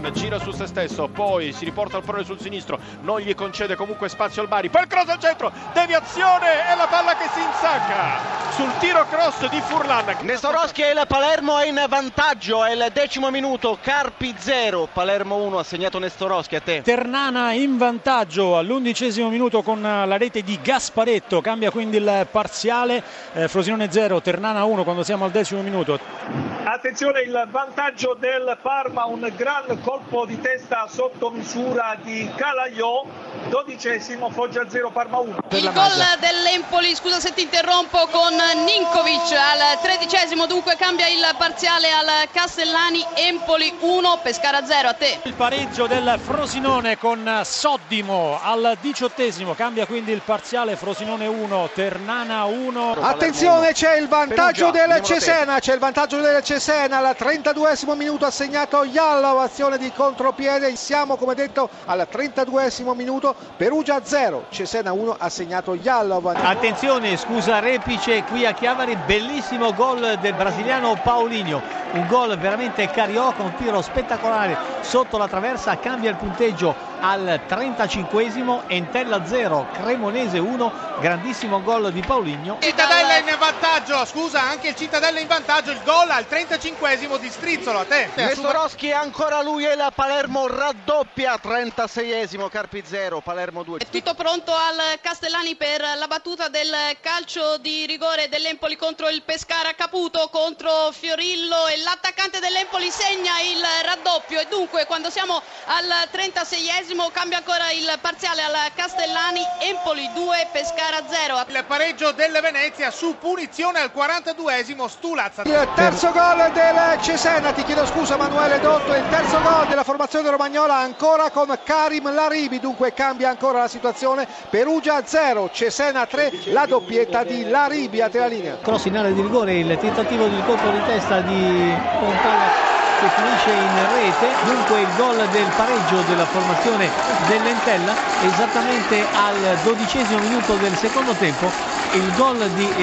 gira su se stesso, poi si riporta al prone sul sinistro, non gli concede comunque spazio al Bari, poi il cross al centro, deviazione e la palla che si insacca sul tiro cross di Furlan. Nestorowski e il Palermo è in vantaggio, è il 10° minuto, Carpi 0, Palermo 1, ha segnato Nestorowski. A te. Ternana in vantaggio all'11° minuto con la rete di Gasparetto, cambia quindi il parziale, Frosinone 0, Ternana 1 quando siamo al 10° minuto. Attenzione, il vantaggio del Parma, un gran colpo di testa sotto misura di Calaiò, 12° Foggia 0 Parma 1. Il gol dell'Empoli, scusa se ti interrompo, con Ninkovic al 13°, dunque cambia il parziale al Castellani, Empoli 1 Pescara 0. A te. Il pareggio del Frosinone con Soddimo al 18°, cambia quindi il parziale, Frosinone 1 Ternana 1. Attenzione, c'è il vantaggio del Cesena, al 32° minuto ha segnato Jallo, azione di contropiede, siamo come detto al 32° minuto, Perugia 0, Cesena 1, ha segnato Jallo. Attenzione, scusa Repice qui a Chiavari, bellissimo gol del brasiliano Paulinho, un gol veramente carioca, un tiro spettacolare sotto la traversa, cambia il punteggio al 35°, Entella 0, Cremonese 1, grandissimo gol di Paulinho. Cittadella in vantaggio, scusa, anche il Cittadella in vantaggio, il gol al 35° di Strizzolo. A te. Nestorowski, ancora lui e la Palermo raddoppia, 36°, Carpi 0, Palermo 2. È tutto pronto al Castellani per la battuta del calcio di rigore dell'Empoli contro il Pescara, Caputo contro Fiorillo e l'attaccante dell'Empoli segna il raddoppio e dunque quando siamo al 36° cambia ancora il parziale al Castellani, Empoli 2 Pescara 0. Il pareggio del Venezia su punizione al 42°, Stulaz. Il terzo gol del Cesena, ti chiedo scusa Manuele Dotto, il terzo gol della formazione romagnola ancora con Karim Laribi, dunque cambia ancora la situazione, Perugia 0, Cesena 3, la doppietta di Laribi. A te la linea. Cross in area di rigore, il tentativo di colpo di testa di Pontalla che finisce in rete, dunque il gol del pareggio della formazione dell'Entella esattamente al 12° minuto del secondo tempo, il gol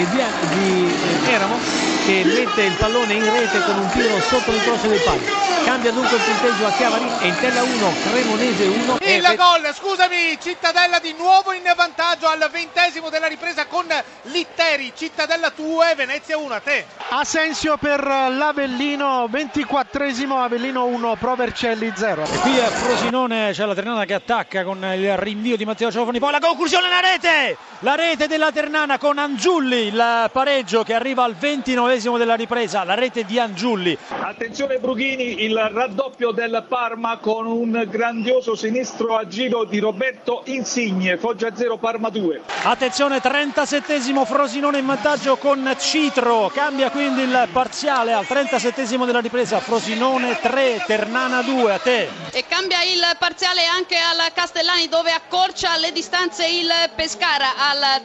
di Eramo che mette il pallone in rete con un tiro sotto il croce del palo. Cambia dunque il punteggio a Chiavari, Entella 1, Cremonese 1. Il gol, scusami, Cittadella di nuovo in vantaggio al 20° della ripresa con Litteri, Cittadella 2, Venezia 1. A te. Asensio per l'Avellino, 24°, Avellino 1, Provercelli 0. E qui a Frosinone c'è la Ternana che attacca con il rinvio di Matteo Ciofani, poi la conclusione, la rete della Ternana con Angiulli, il pareggio che arriva al 29° della ripresa, la rete di Angiulli. Attenzione Brughini, il raddoppio del Parma con un grandioso sinistro a giro di Roberto Insigne, Foggia 0 Parma 2. Attenzione, 37°, Frosinone in vantaggio con Citro, cambia quindi il parziale al 37° della ripresa, Frosinone 3, Ternana 2. A te. E cambia il parziale anche al Castellani dove accorcia le distanze il Pescara al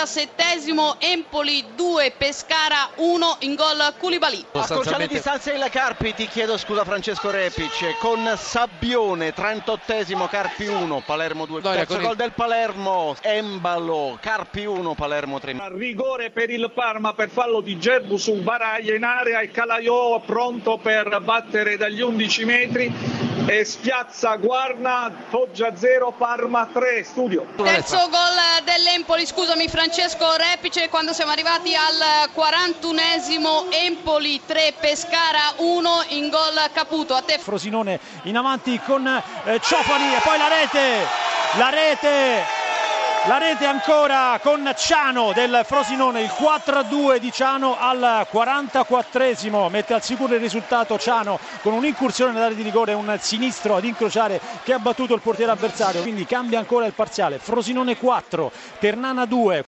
37°, Empoli 2 Pescara 1, in gol Koulibaly. Accorcia le distanze il Carpi, ti chiedo scusa Francesco Repic, con Sabbione, 38°, Carpi 1, Palermo 2. Terzo gol del Palermo, Embalo, Carpi 1, Palermo 3. Rigore per il Parma per fallo di Gerbu su Baraglia in area e Calaiò pronto per battere dagli 11 metri e spiazza Guarna, Foggia 0 Parma 3. Studio. Terzo gol dell'Empoli, scusami Francesco Repice, quando siamo arrivati al 41°, Empoli 3 Pescara 1, in gol Caputo. A te. Frosinone in avanti con Ciofani e poi la rete ancora con Ciano del Frosinone, il 4-2 di Ciano al 44°, mette al sicuro il risultato Ciano con un'incursione nell'area di rigore, un sinistro ad incrociare che ha battuto il portiere avversario, quindi cambia ancora il parziale, Frosinone 4, Ternana 2.